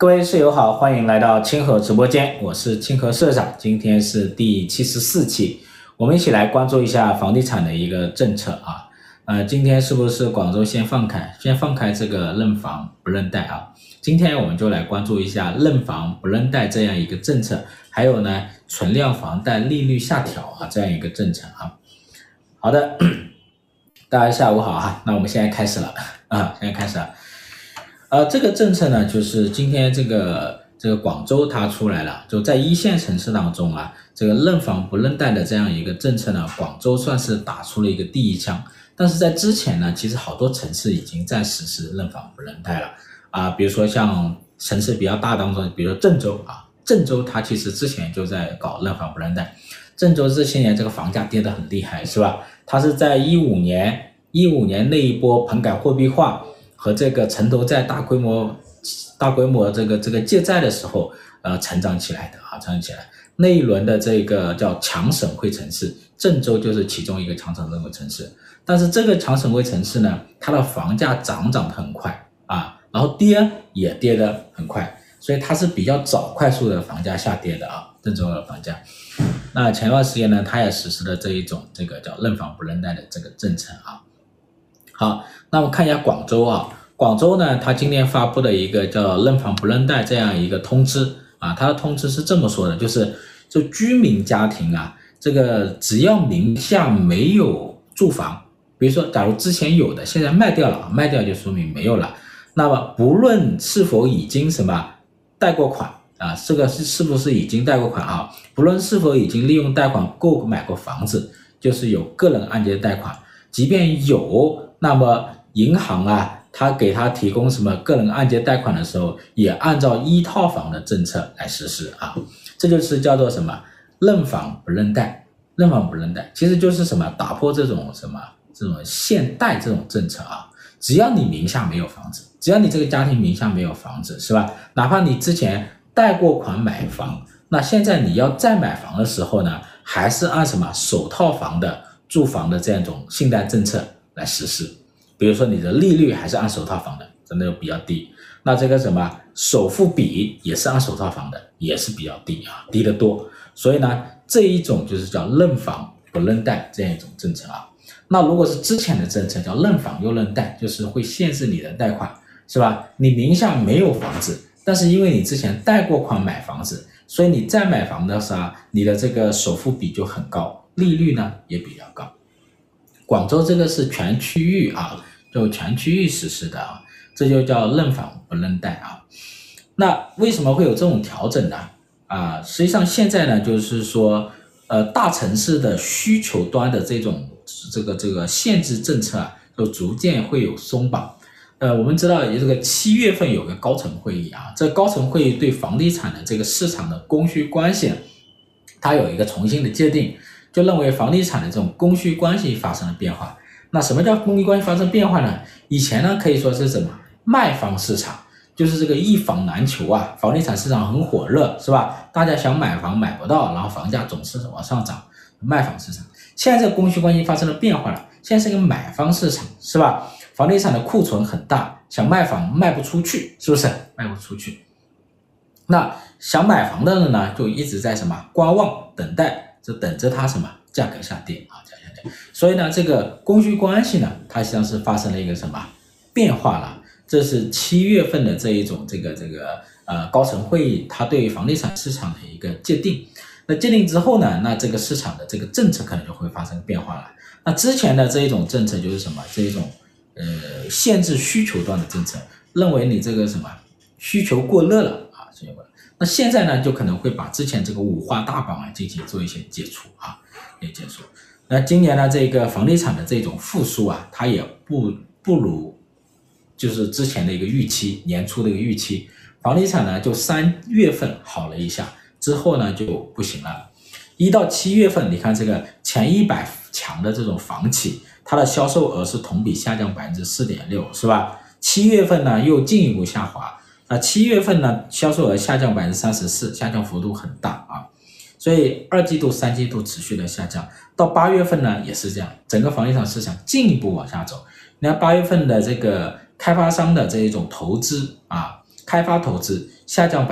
各位室友好，欢迎来到清河直播间，我是清河社长，今天是第74期，我们一起来关注一下房地产的一个政策啊。今天是不是广州先放开这个认房不认贷啊？今天我们就来关注一下认房不认贷这样一个政策，还有呢存量房贷利率下调啊这样一个政策啊。好的，大家下午好啊，那我们现在开始了这个政策呢，就是今天这个广州它出来了，就在一线城市当中啊，这个认房不认贷的这样一个政策呢，广州算是打出了一个第一枪。但是在之前呢，其实好多城市已经在实施认房不认贷了啊，比如说像城市比较大当中，比如说郑州啊，郑州它其实之前就在搞认房不认贷。郑州这些年这个房价跌得很厉害，是吧？它是在15年那一波棚改货币化和这个城投债大规模这个借债的时候成长起来的啊，成长起来。那一轮的这个叫强省会城市，郑州就是其中一个强省会城市。但是这个强省会城市呢，它的房价涨得很快啊，然后跌也跌得很快，所以它是比较早快速的房价下跌的啊，郑州的房价。那前段时间呢，它也实施了这一种这个叫认房不认贷的这个政策啊。好，那我们看一下广州啊，广州呢，它今天发布的一个叫认房不认贷这样一个通知啊，它的通知是这么说的，就居民家庭啊，这个只要名下没有住房，比如说假如之前有的，现在卖掉了，卖掉就说明没有了，那么不论是否已经贷过款啊，这个是不是已经贷过款啊，不论是否已经利用贷款购买过房子，就是有个人按揭贷款，即便有，那么银行啊，他给他提供个人按揭贷款的时候，也按照一套房的政策来实施啊。这就是叫做认房不认贷。认房不认贷其实就是打破这种限贷这种政策啊。只要你名下没有房子，只要你这个家庭名下没有房子，是吧？哪怕你之前贷过款买房，那现在你要再买房的时候呢，还是按首套房的住房的这样一种信贷政策来实施。比如说你的利率还是按首套房的，真的比较低。那这个首付比也是按首套房的，也是比较低啊，低得多。所以呢，这一种就是叫认房不认贷这样一种政策啊。那如果是之前的政策叫认房又认贷，就是会限制你的贷款，是吧？你名下没有房子，但是因为你之前贷过款买房子，所以你再买房的时候，你的这个首付比就很高，利率呢也比较高。广州这个是全区域啊，就全区域实施的啊，这就叫认房不认贷啊。那为什么会有这种调整呢？实际上现在呢，就是说大城市的需求端的这种这个限制政策啊，就逐渐会有松绑。我们知道这个7月份有个高层会议啊，这高层会议对房地产的这个市场的供需关系，它有一个重新的界定，就认为房地产的这种供需关系发生了变化。那什么叫供需关系发生变化呢？以前呢可以说是卖方市场，就是这个一房难求啊，房地产市场很火热，是吧？大家想买房买不到，然后房价总是往上涨，卖方市场。现在这个供需关系发生了变化了，现在是一个买方市场，是吧？房地产的库存很大，想卖房卖不出去，是不是？卖不出去。那想买房的人呢，就一直在观望等待，就等着它价格下跌啊，价格下跌。所以呢，这个供需关系呢，它实际上是发生了一个变化了。这是7月份的这一种高层会议，它对房地产市场的一个界定。那界定之后呢，那这个市场的这个政策可能就会发生变化了。那之前的这一种政策就是这一种限制需求端的政策，认为你这个需求过热了啊，那现在呢，就可能会把之前这个五花大绑进行做一些解除啊，解除。那今年呢，这个房地产的这种复苏啊，它也不如就是之前的一个预期，年初的一个预期，房地产呢就3月份好了一下，之后呢就不行了。1到7月份，你看这个前100强的这种房企，它的销售额是同比下降 4.6%， 是吧？7月份呢又进一步下滑，7月份呢销售额下降 34%， 下降幅度很大啊。所以2季度、3季度持续的下降，到8月份呢也是这样，整个房地产市场进一步往下走。你看8月份的这个开发商的这一种投资啊，开发投资下降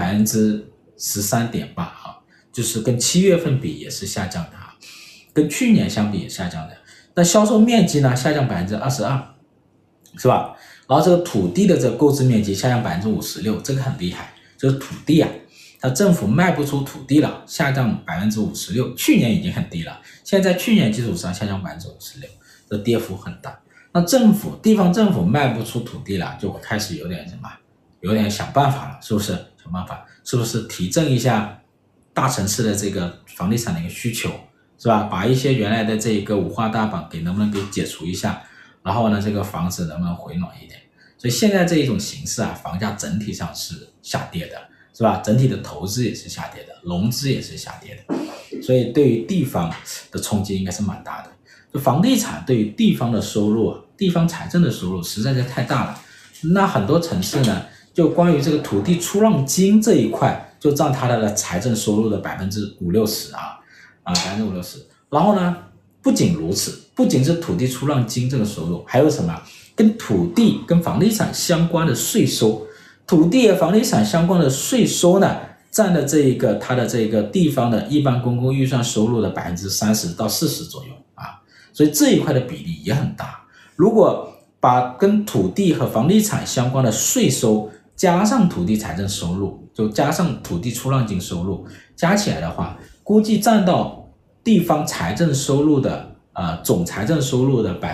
13.8%啊，就是跟7月份比也是下降的啊，跟去年相比也下降的。那销售面积呢下降22%，是吧？然后这个土地的这个购置面积下降56%，这个很厉害，就是土地啊，它政府卖不出土地了，下降56%，去年已经很低了，现在去年基础上下降56%，这跌幅很大。那地方政府卖不出土地了，就开始有点想办法了，是不是？想办法是不是提振一下大城市的这个房地产的一个需求，是吧？把一些原来的这个五花大绑能不能给解除一下，然后呢，这个房子能不能回暖一点？所以现在这一种形势啊，房价整体上是下跌的，是吧？整体的投资也是下跌的，融资也是下跌的，所以对于地方的冲击应该是蛮大的。就房地产对于地方的收入，地方财政的收入实在是太大了。那很多城市呢，就关于这个土地出让金这一块，就占它的财政收入的5-60%啊，5-60%。然后呢，不仅如此，不仅是土地出让金这个收入，还有什么？跟土地跟房地产相关的税收，土地和房地产相关的税收呢，占了它的这个地方的一般公共预算收入的30%到40%左右啊，所以这一块的比例也很大。如果把跟土地和房地产相关的税收加上土地财政收入，就加上土地出让金收入，加起来的话，估计占到地方财政收入的总财政收入的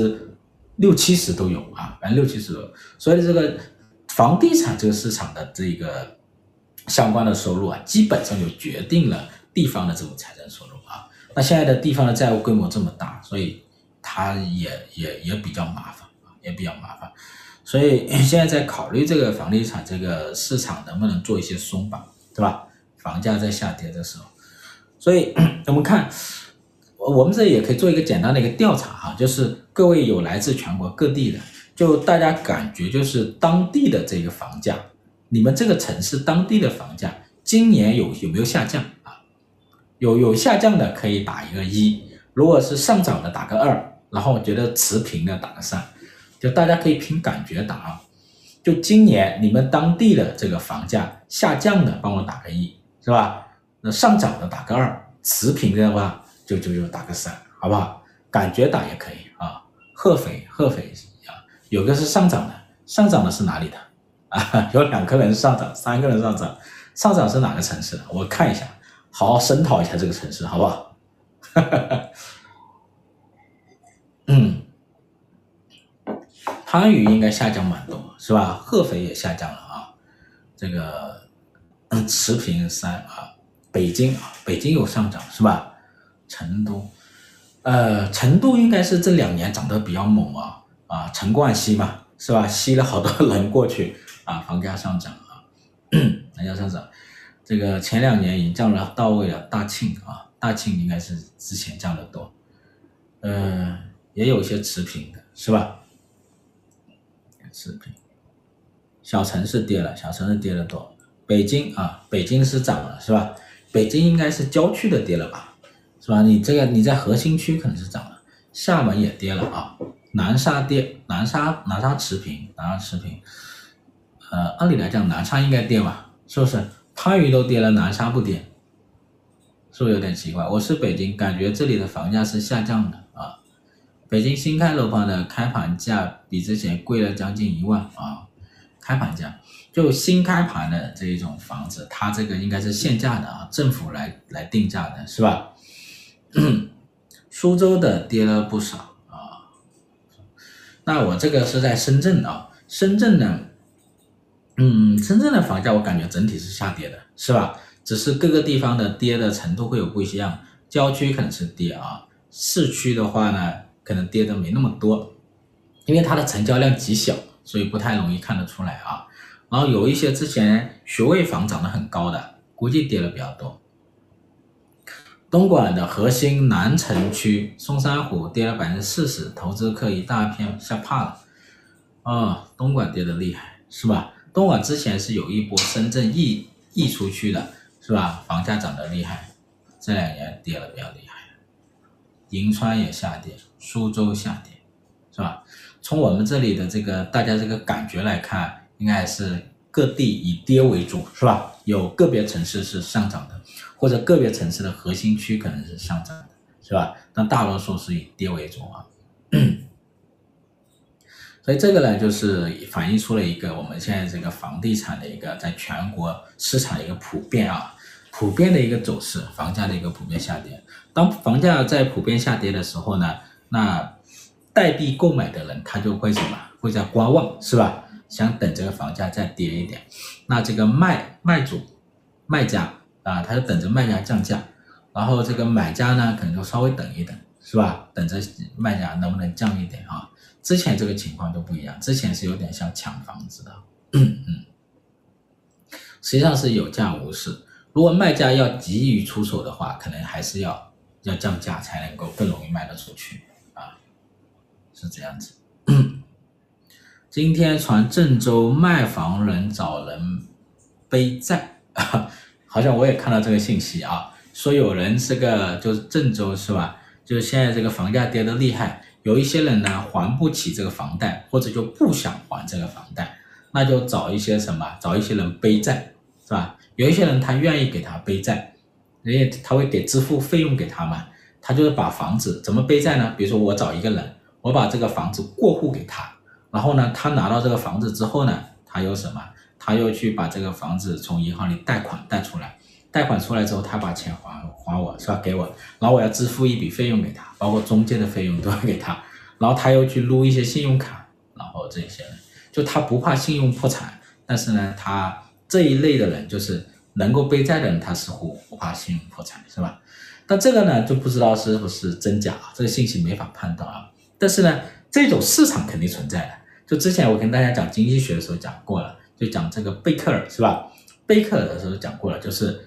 60-70%都有啊，60-70%都有。所以这个房地产这个市场的这个相关的收入啊，基本上就决定了地方的这种财政收入啊。那现在的地方的债务规模这么大，所以它也比较麻烦，所以现在在考虑这个房地产这个市场能不能做一些松绑，对吧？房价在下跌的时候，所以我们看，我们这也可以做一个简单的一个调查哈，就是各位有来自全国各地的，就大家感觉就是当地的这个房价，你们这个城市当地的房价今年有没有下降啊？有下降的可以打一个1，如果是上涨的打个2，然后觉得持平的打个3，就大家可以凭感觉打啊。就今年你们当地的这个房价下降的帮我打个1，是吧？那上涨的打个2，持平的话就打个3，好不好？感觉打也可以啊。合肥啊，有个是上涨的是哪里的啊？有2个人上涨，3个人上涨是哪个城市的？我看一下，好好声讨一下这个城市，好不好？番禺应该下降蛮多，是吧？合肥也下降了啊，这个持平3啊。北京有上涨，是吧？成都应该是这2年涨得比较猛啊，陈冠希嘛，是吧？吸了好多人过去啊，房价上涨啊，房价上涨。这个前2年已经降了到位了，大庆应该是之前降得多，也有一些持平的，是吧？持平，小城市跌了多。北京是涨了，是吧？北京应该是郊区的跌了吧，是吧？你在核心区可能是涨了，厦门也跌了啊，南沙跌，南沙持平，按理来讲南沙应该跌吧，是不是？番禺都跌了，南沙不跌，是不是有点奇怪？我是北京，感觉这里的房价是下降的啊。北京新开楼盘的开盘价比之前贵了将近1万啊，开盘价就新开盘的这一种房子，它这个应该是限价的啊，政府来定价的，是吧？苏州的跌了不少啊。那我这个是在深圳啊，深圳呢，深圳的房价我感觉整体是下跌的，是吧？只是各个地方的跌的程度会有不一样，郊区可能是跌啊，市区的话呢，可能跌的没那么多，因为它的成交量极小，所以不太容易看得出来啊。然后有一些之前学位房涨得很高的，估计跌的比较多。东莞的核心南城区松山湖跌了40%，投资客一大片吓怕了啊，东莞跌得厉害，是吧？东莞之前是有一波深圳溢出去的，是吧？房价涨得厉害，这2年跌了比较厉害。银川也下跌，苏州下跌，是吧？从我们这里的这个大家这个感觉来看，应该是各地以跌为主，是吧？有个别城市是上涨的，或者个别城市的核心区可能是上涨的，是吧？但大多数是以跌为主啊。所以这个呢，就是反映出了一个我们现在这个房地产的一个在全国市场的一个普遍的一个走势，房价的一个普遍下跌。当房价在普遍下跌的时候呢，那代币购买的人他就会什么？会在观望，是吧？想等这个房价再跌一点。那这个卖家啊，他就等着卖家降价，然后这个买家呢，可能就稍微等一等，是吧？等着卖家能不能降一点啊？之前这个情况就不一样，之前是有点像抢房子的，实际上是有价无市。如果卖家要急于出手的话，可能还是要降价才能够更容易卖得出去啊，是这样子。今天传郑州卖房人找人背债，好像我也看到这个信息啊，说有人这个就是郑州是吧？就是现在这个房价跌得厉害。有一些人呢还不起这个房贷，或者就不想还这个房贷，那就找一些人背债，是吧？有一些人他愿意给他背债，因为他会给支付费用给他嘛，他就是把房子怎么背债呢？比如说我找一个人，我把这个房子过户给他，然后呢他拿到这个房子之后呢，他又他去把这个房子从银行里贷款出来之后，他把钱还我，是吧？给我，然后我要支付一笔费用给他，包括中介的费用都要给他，然后他又去撸一些信用卡，然后这些人就他不怕信用破产，但是呢，他这一类的人就是能够背债的人，他似乎不怕信用破产，是吧？但这个呢就不知道是不是真假，这个信息没法判断啊。但是呢，这种市场肯定存在的。就之前我跟大家讲经济学的时候讲过了，就讲这个贝克尔，是吧？贝克尔的时候讲过了，就是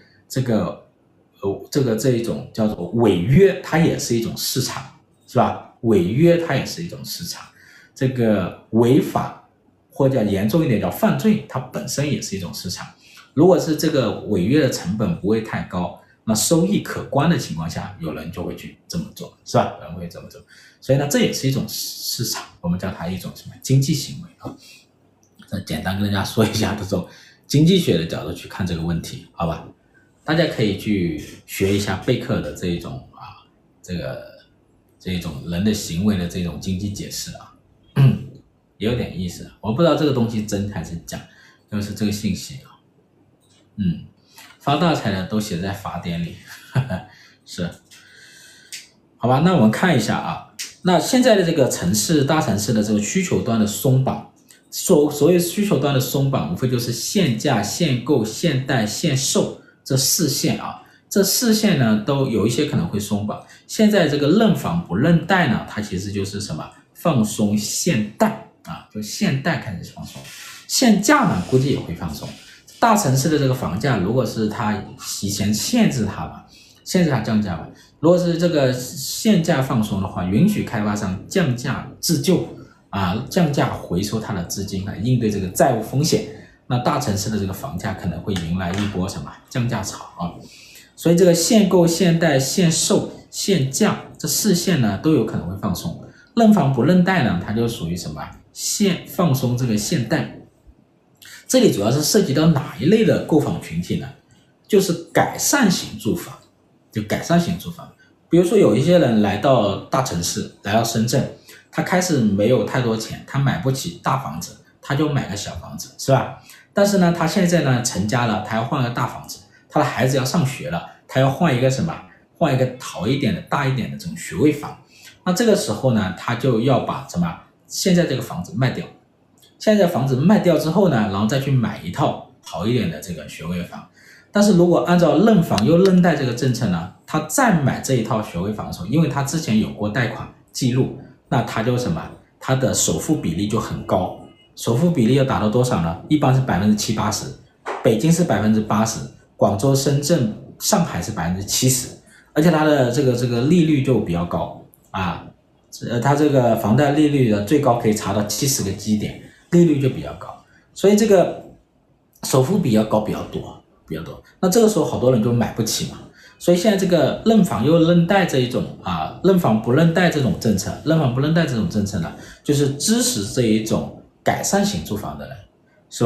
这一种叫做违约，它也是一种市场，是吧？违约它也是一种市场，这个违法或者严重一点叫犯罪，它本身也是一种市场。如果是这个违约的成本不会太高，那收益可观的情况下，有人就会去这么做，是吧？有人会这么做，所以呢，这也是一种市场，我们叫它一种什么经济行为啊？简单跟大家说一下这种经济学的角度去看这个问题，好吧？大家可以去学一下贝克的这种这种人的行为的这种经济解释啊，也有点意思。我不知道这个东西真还是假，就是这个信息啊，发大财的都写在法典里，是，好吧？那我们看一下啊，那现在的这个大城市的这个需求端的松绑，所谓需求端的松绑，无非就是限价、限购、限贷、限售。这四线啊，这四线呢都有一些可能会松绑。现在这个认房不认贷呢，它其实就是什么放松限贷啊，就限贷开始放松，限价呢估计也会放松。大城市的这个房价，如果是它以前限制它降价嘛，如果是这个限价放松的话，允许开发商降价自救啊，降价回收它的资金来应对这个债务风险。那大城市的这个房价可能会迎来一波什么降价潮啊，所以这个限购、限贷、限售、限价这四线呢都有可能会放松。认房不认贷呢，它就属于什么放松这个限贷。这里主要是涉及到哪一类的购房群体呢？就是改善型住房，比如说有一些人来到大城市，来到深圳，他开始没有太多钱，他买不起大房子，他就买个小房子，是吧？但是呢，他现在呢成家了，他要换个大房子，他的孩子要上学了，他要换一个好一点的大一点的这种学位房。那这个时候呢，他就要把现在这个房子卖掉。现在房子卖掉之后呢，然后再去买一套好一点的这个学位房。但是如果按照认房又认贷这个政策呢，他再买这一套学位房的时候，因为他之前有过贷款记录，那他就他的首付比例就很高。首付比例要达到多少呢？一般是70%-80%，北京是80%，广州、深圳、上海是70%，而且它的这个利率就比较高啊，它这个房贷利率的最高可以查到70个基点，利率就比较高，所以这个首付比较高比较多。那这个时候好多人就买不起嘛，所以现在这个认房又认贷这一种认房不认贷这种政策呢，就是支持这一种改善型住房的人，是吧？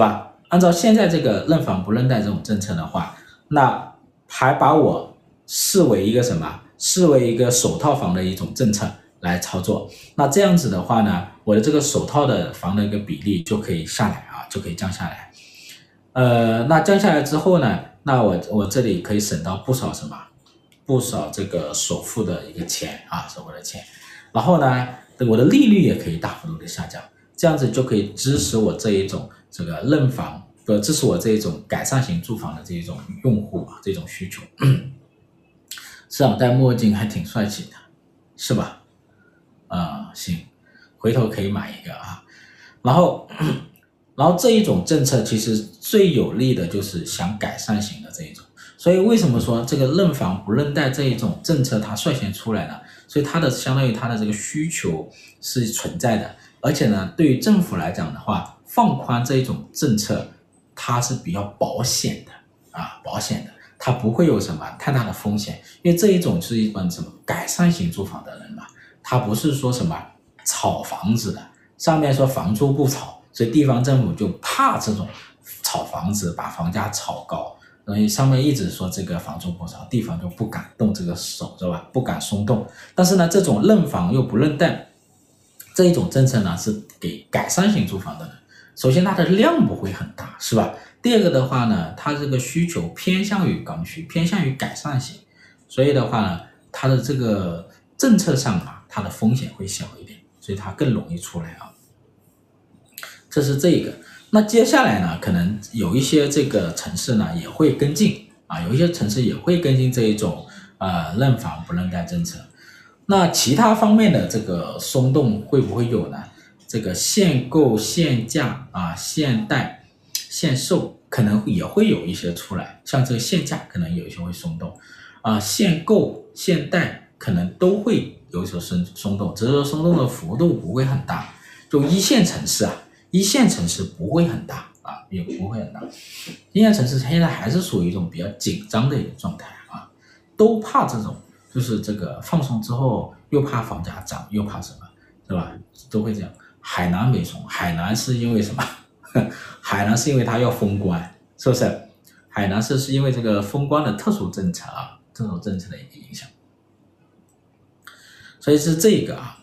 按照现在这个认房不认贷这种政策的话，那还把我视为一个什么？视为一个首套房的一种政策来操作。那这样子的话呢，我的这个首套的房的一个比例就可以下来啊，就可以降下来。那降下来之后呢，那我这里可以省到不少什么？不少这个首付的一个钱啊，首付的钱。然后呢，我的利率也可以大幅度的下降，这样子就可以支持我这一种这个认房，支持我这一种改善型住房的这一种用户啊，这种需求。市长戴墨镜还挺帅气的，是吧？行，回头可以买一个啊。然后这一种政策其实最有利的就是想改善型的这一种。所以为什么说这个认房不认贷这一种政策它率先出来呢？所以它的相当于它的这个需求是存在的，而且呢，对于政府来讲的话，放宽这一种政策，它是比较保险的啊，保险的，它不会有什么太大的风险，因为这一种是一本什么改善型住房的人嘛，它不是说什么炒房子的，上面说房租不炒，所以地方政府就怕这种炒房子把房价炒高。所以上面一直说这个房租不炒，地方就不敢动这个手，是吧？不敢松动。但是呢，这种认房又不认贷，这一种政策呢是给改善型住房的人。首先它的量不会很大，是吧？第二个的话呢，它这个需求偏向于刚需，偏向于改善型，所以的话呢，它的这个政策上啊，它的风险会小一点，所以它更容易出来啊。这是这个。那接下来呢，可能有一些这个城市呢也会跟进啊，有一些城市也会跟进这一种认房不认贷政策。那其他方面的这个松动会不会有呢？这个限购、限价啊、限贷、限售可能也会有一些出来，像这个限价可能有一些会松动啊，限购、限贷可能都会有所松动，只是说松动的幅度不会很大，就一线城市啊。一线城市不会很大啊，也不会很大。一线城市现在还是属于一种比较紧张的一个状态啊，都怕这种，就是这个放松之后又怕房价涨，又怕什么，是吧？都会这样。海南没松，海南是因为什么？海南是因为它要封关，是不是？海南是因为这个封关的特殊政策啊，特殊政策的一个影响。所以是这个啊，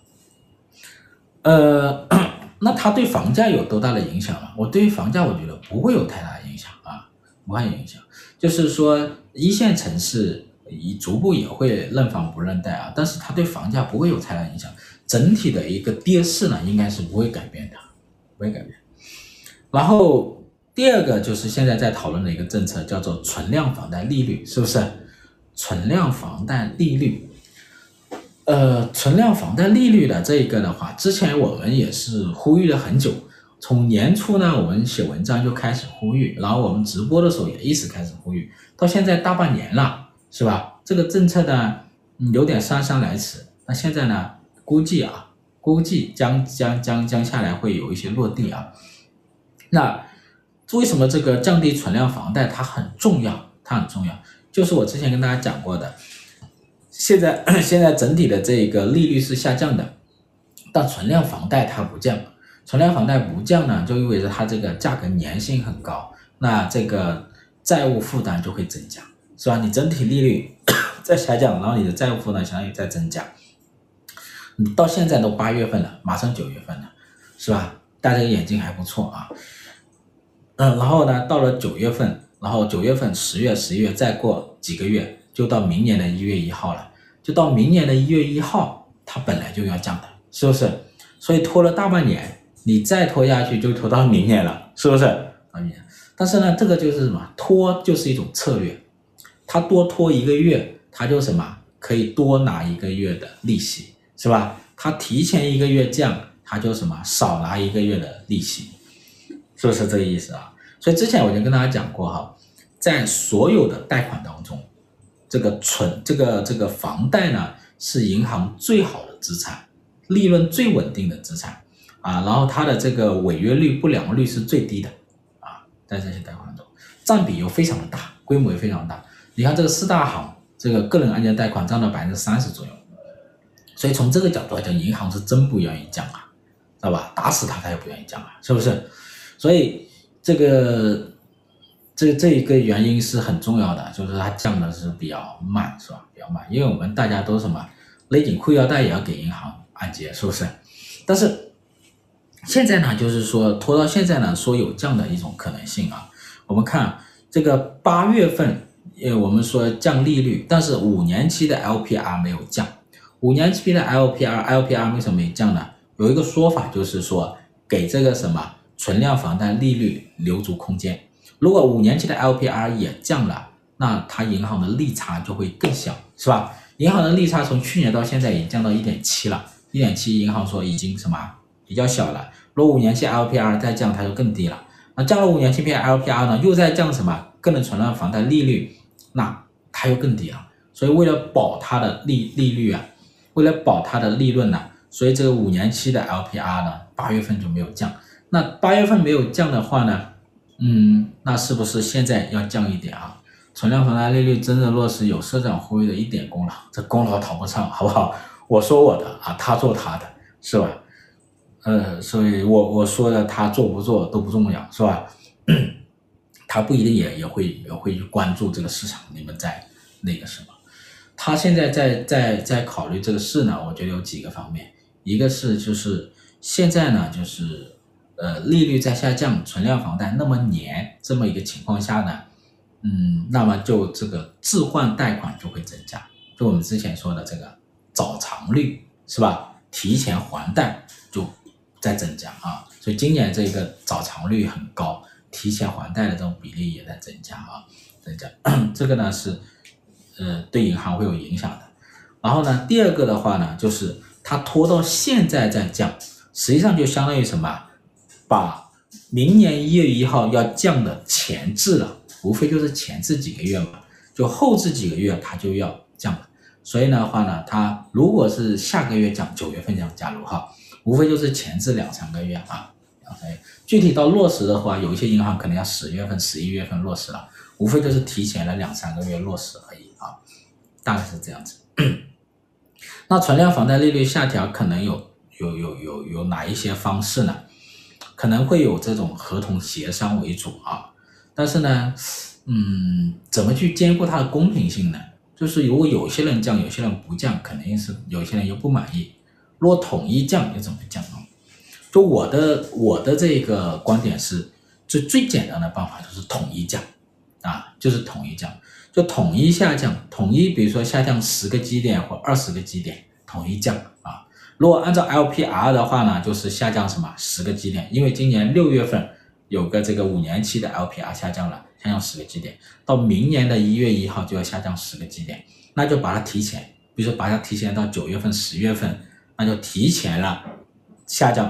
那它对房价有多大的影响呢？我对于房价我觉得不会有太大的影响啊，不会有影响。就是说一线城市逐步也会认房不认贷啊，但是它对房价不会有太大影响。整体的一个跌势呢，应该是不会改变的，不会改变。然后第二个就是现在在讨论的一个政策，叫做存量房贷利率，是不是？存量房贷利率。存量房贷利率的这一个的话，之前我们也是呼吁了很久，从年初呢，我们写文章就开始呼吁，然后我们直播的时候也一直开始呼吁，到现在大半年了，是吧？这个政策呢，有点姗姗来迟。那现在呢，估计将下来会有一些落地啊。那为什么这个降低存量房贷它很重要？它很重要，就是我之前跟大家讲过的。现在整体的这个利率是下降的，但存量房贷它不降，存量房贷不降呢，就意味着它这个价格粘性很高，那这个债务负担就会增加，是吧？你整体利率在下降，然后你的债务负担相当于在增加。你到现在都8月份了，马上9月份了，是吧？大家眼睛还不错啊。然后呢，到了9月份，然后9月份、10月、11月，再过几个月就到明年的1月1号了。就到明年的1月1号，它本来就要降的，是不是？所以拖了大半年，你再拖下去就拖到明年了，是不是？但是呢，这个就是什么？拖就是一种策略，它多拖1个月，它就什么？可以多拿1个月的利息，是吧？它提前1个月降，它就什么？少拿1个月的利息，是不是这个意思啊？所以之前我就跟大家讲过哈，在所有的贷款当中，这个房贷呢是银行最好的资产，利润最稳定的资产啊，然后它的这个违约率、不良率是最低的啊，在这些贷款中占比又非常的大，规模也非常大。你看这个4大行这个个人案件贷款占到30%左右，所以从这个角度来讲，银行是真不愿意降啊，知道吧？打死它也不愿意降啊，是不是？所以这个这一个原因是很重要的，就是它降的是比较慢，是吧？比较慢，因为我们大家都什么勒紧裤腰带也要给银行按揭，是不是？但是现在呢，就是说拖到现在呢，说有降的一种可能性啊。我们看这个8月份，我们说降利率，但是5年期的 LPR 没有降。5年期的 LPR 为什么没降呢？有一个说法就是说给这个什么存量房贷利率留足空间。如果5年期的 LPR 也降了，那它银行的利差就会更小，是吧？银行的利差从去年到现在已经降到 1.7 了， 1.7 银行说已经什么比较小了。如果5年期 LPR 再降，它就更低了。那降了5年期 LPR 呢，又再降什么个人存量房贷利率，那它又更低了。所以为了保它的利率啊，为了保它的利润呢，所以这个5年期的 LPR 呢8月份就没有降。那8月份没有降的话呢，那是不是现在要降一点啊？存量房贷利率真正落实有社长呼吁的一点功劳，这功劳讨不上，好不好？我说我的啊，他做他的，是吧？所以我说的他做不做都不重要，是吧？他不一定也会去关注这个市场，你们在那个什么？他现在在考虑这个事呢，我觉得有几个方面，一个是就是现在呢就是利率在下降，存量房贷那么黏这么一个情况下呢，那么就这个置换贷款就会增加，就我们之前说的这个早偿率，是吧？提前还贷就在增加啊，所以今年这个早偿率很高，提前还贷的这种比例也在增加啊，增加这个呢是对银行会有影响的。然后呢，第二个的话呢，就是它拖到现在再降，实际上就相当于什么？把明年1月1号要降的前置了，无非就是前置几个月嘛，就后置几个月它就要降了。所以的话呢，它如果是下个月降，9月份降，假如哈，无非就是前置2-3个月啊。具体到落实的话，有一些银行可能要10月份、11月份落实了，无非就是提前了2-3个月落实而已啊，大概是这样子。那存量房贷利率下调可能有哪一些方式呢？可能会有这种合同协商为主啊，但是呢，怎么去兼顾它的公平性呢？就是如果有些人降，有些人不降，肯定是有些人又不满意。如果统一降，又怎么降呢？就我的这个观点是，最简单的办法就是统一降啊，就是统一降，就统一下降，统一比如说下降10个基点或20个基点，统一降啊。如果按照 LPR 的话呢，就是下降什么10个基点，因为今年6月份有个这个5年期的 LPR 下降了，下降10个基点，到明年的1月1号就要下降10个基点，那就把它提前，比如说把它提前到9月份、10月份，那就提前了下降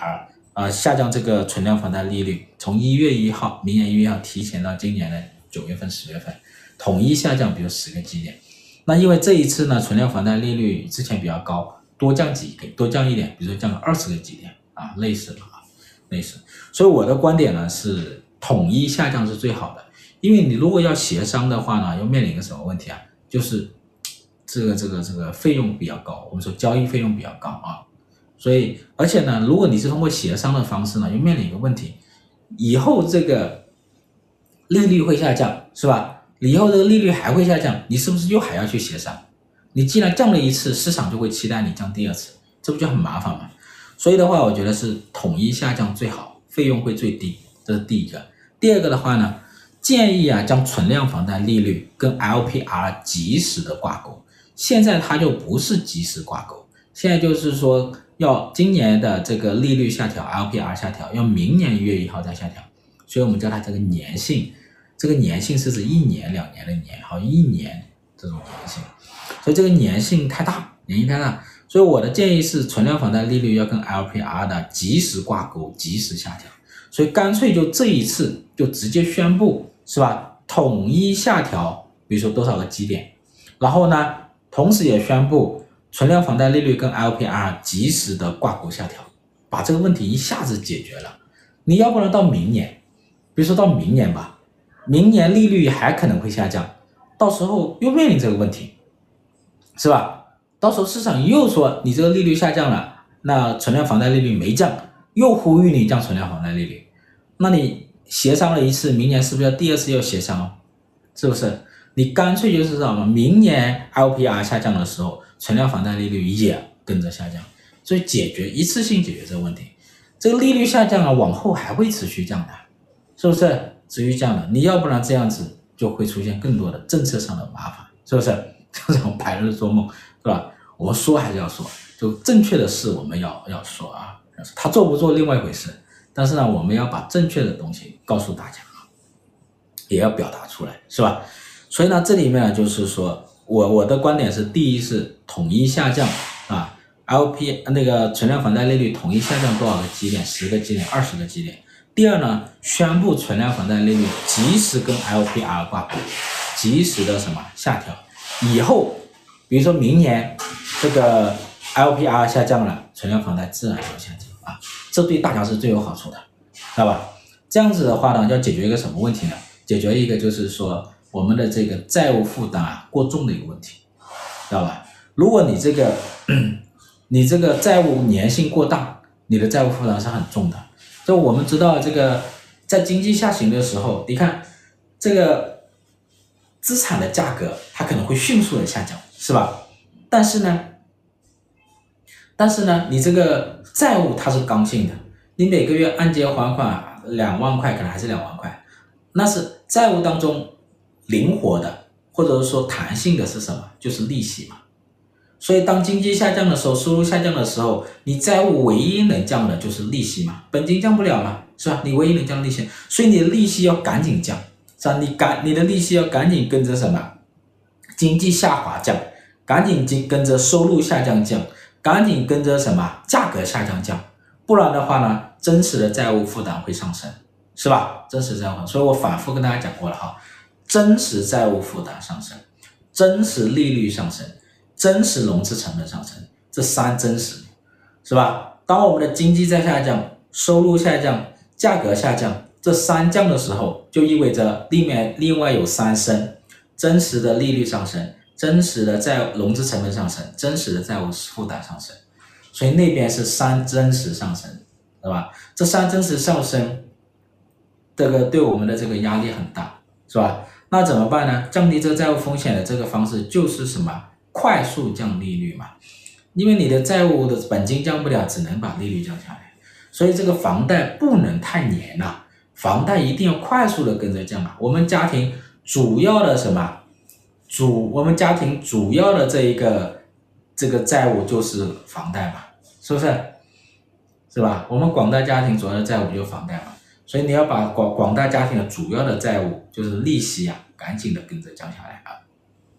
LPR，下降这个存量房贷利率，从1月1号，明年1月1号提前到今年的9月份、10月份，统一下降，比如10个基点。那因为这一次呢，存量房贷利率之前比较高，多降一点，比如说降个20个基点啊，类似。所以我的观点呢是统一下降是最好的，因为你如果要协商的话呢，要面临一个什么问题啊？就是这个费用比较高，我们说交易费用比较高啊。所以而且呢，如果你是通过协商的方式呢，又面临一个问题，以后这个利率会下降，是吧？以后这个利率还会下降，你是不是又还要去协商？你既然降了一次，市场就会期待你降第二次，这不就很麻烦吗？所以的话，我觉得是统一下降最好，费用会最低，这是第一个。第二个的话呢，建议将存量房贷利率跟 LPR 及时的挂钩。现在它就不是及时挂钩，现在就是说要今年的这个利率下调 LPR 下调，要明年1月1号再下调，所以我们叫它这个年性，这个年性是指1年、2年的年，好1年这种年性，所以这个年性太大，所以我的建议是存量房贷利率要跟 LPR 的及时挂钩，及时下调，所以干脆就这一次就直接宣布，是吧？统一下调，比如说多少个基点，然后呢，同时也宣布存量房贷利率跟 LPR 及时的挂钩下调，把这个问题一下子解决了。你要不然到明年，比如说到明年吧，明年利率还可能会下降，到时候又面临这个问题，是吧？到时候市场又说你这个利率下降了，那存量房贷利率没降，又呼吁你降存量房贷利率，那你协商了一次，明年是不是要第二次要协商？是不是？你干脆就是什么，明年 LPR 下降的时候，存量房贷利率也跟着下降，所以一次性解决这个问题。这个利率下降往后还会持续降的，是不是？持续降的，你要不然这样子就会出现更多的政策上的麻烦，是不是？这种白日做梦，是吧？我们说还是要说，就正确的事我们要说啊，他做不做另外一回事，但是呢，我们要把正确的东西告诉大家，也要表达出来，是吧？所以呢，这里面呢，就是说我的观点是，第一是统一下降啊 ，LP 那个存量房贷利率统一下降多少个基点，10个基点，20个基点。第二呢，宣布存量房贷利率及时跟 LPR 挂钩，及时的什么下调。以后，比如说明年这个 LPR 下降了，存量房贷自然要下降啊，这对大家是最有好处的，知道吧？这样子的话呢，要解决一个什么问题呢？解决一个就是说我们的这个债务负担过重的一个问题，知道吧？如果你这个债务粘性过大，你的债务负担是很重的。就我们知道这个在经济下行的时候，你看这个资产的价格它可能会迅速的下降，是吧？但是呢，你这个债务它是刚性的，你每个月按揭还款2万块，可能还是2万块，那是债务当中灵活的，或者是说弹性的是什么？就是利息嘛。所以当经济下降的时候，收入下降的时候，你债务唯一能降的就是利息嘛，本金降不了嘛，是吧？你唯一能降利息，所以你的利息要赶紧降，是吧？你的利息要赶紧跟着什么？经济下滑降，赶紧跟着收入下降降，赶紧跟着什么？价格下降降，不然的话呢，真实的债务负担会上升，是吧？真实债务，所以我反复跟大家讲过了哈，真实债务负担上升，真实利率上升，真实融资成本上升，这3真实，是吧？当我们的经济在下降，收入下降，价格下降，这3降的时候，就意味着另外有3升，真实的利率上升，真实的融资成本上升，真实的债务负担上升，所以那边是3真实上升，是吧？这3真实上升，这个对我们的这个压力很大，是吧？那怎么办呢？降低这个债务风险的这个方式就是什么？快速降利率嘛，因为你的债务的本金降不了，只能把利率降下来，所以这个房贷不能太黏了，房贷一定要快速的跟着降嘛。我们家庭主要的什么？我们家庭主要的这个债务就是房贷嘛，是不是？是吧？我们广大家庭主要的债务就是房贷嘛，所以你要把广大家庭的主要的债务就是利息啊，赶紧的跟着降下来啊。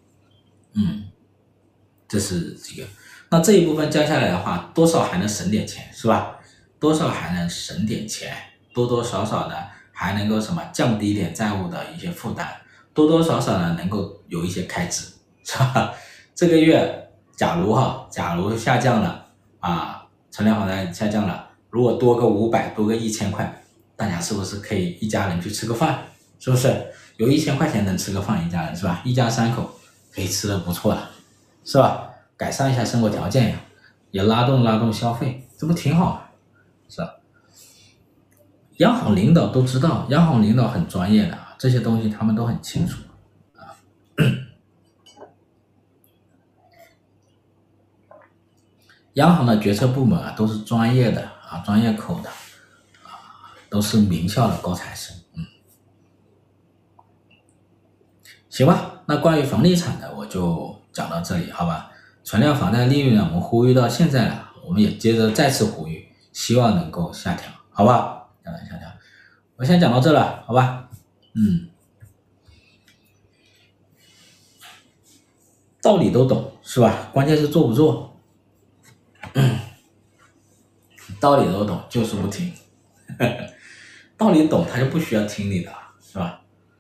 这是这个，那这一部分降下来的话，多少还能省点钱，是吧？多少还能省点钱，多多少少的还能够什么降低点债务的一些负担，多多少少呢能够有一些开支，是吧？这个月假如下降了啊，存量房贷下降了，如果多个500，多个1000块，大家是不是可以一家人去吃个饭？是不是有1000块钱能吃个饭，一家人是吧？一家3口可以吃得不错了。是吧？改善一下生活条件呀，也拉动消费，这不挺好吗？是吧？央行领导都知道，央行领导很专业的啊，这些东西他们都很清楚啊。央行的决策部门啊，都是专业的啊，专业口的啊，都是名校的高材生。行吧，那关于房地产的我就讲到这里，好吧？存量房贷利率呢，我们呼吁到现在了，我们也接着再次呼吁，希望能够下调，好吧？下调。我先讲到这了，好吧？道理都懂，是吧？关键是做不做。道理都懂，就是不听。道理懂，他就不需要听你的，是吧？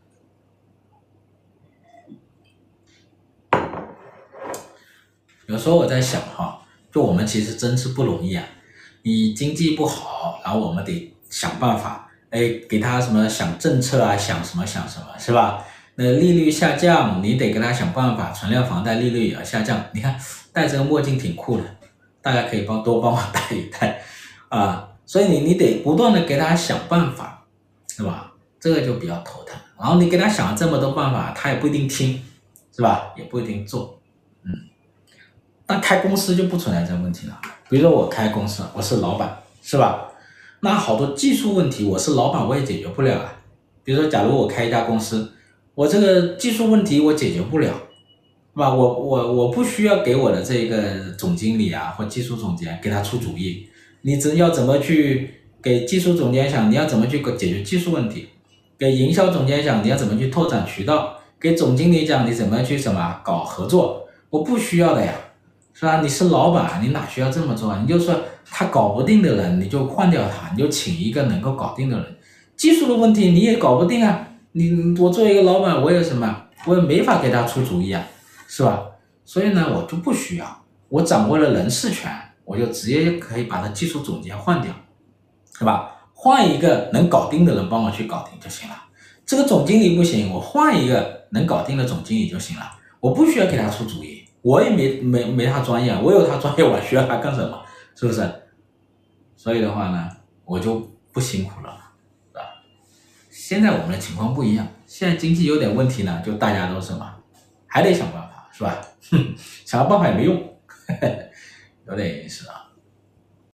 有时候我在想哈，就我们其实真是不容易啊。你经济不好，然后我们得想办法，给他什么想政策啊，想什么，是吧？那利率下降，你得给他想办法，存量房贷利率也要下降。你看戴这个墨镜挺酷的，大家可以多帮我戴一戴啊。所以你得不断的给他想办法，是吧？ 这个就比较头疼。然后你给他想了这么多办法，他也不一定听，是吧？也不一定做。那开公司就不存在这个问题了。比如说我开公司，我是老板，是吧？那好多技术问题，我是老板我也解决不了啊。比如说，假如我开一家公司，我这个技术问题我解决不了，是吧？我不需要给我的这个总经理啊或技术总监给他出主意，你要怎么去给技术总监想，你要怎么去解决技术问题；给营销总监想，你要怎么去拓展渠道；给总经理讲，你怎么去搞合作。我不需要的呀，是吧？你是老板，你哪需要这么做啊？你就说他搞不定的人，你就换掉他，你就请一个能够搞定的人。技术的问题你也搞不定啊，我作为一个老板，我也我也没法给他出主意啊，是吧？所以呢，我就不需要，我掌握了人事权，我就直接可以把他技术总监换掉，是吧？换一个能搞定的人帮我去搞定就行了。这个总经理不行，我换一个能搞定的总经理就行了，我不需要给他出主意，我也没他专业，我有他专业，我需要他干什么？是不是？所以的话呢，我就不辛苦了。现在我们的情况不一样，现在经济有点问题呢，就大家都还得想办法，是吧？想办法也没用，有点意思啊。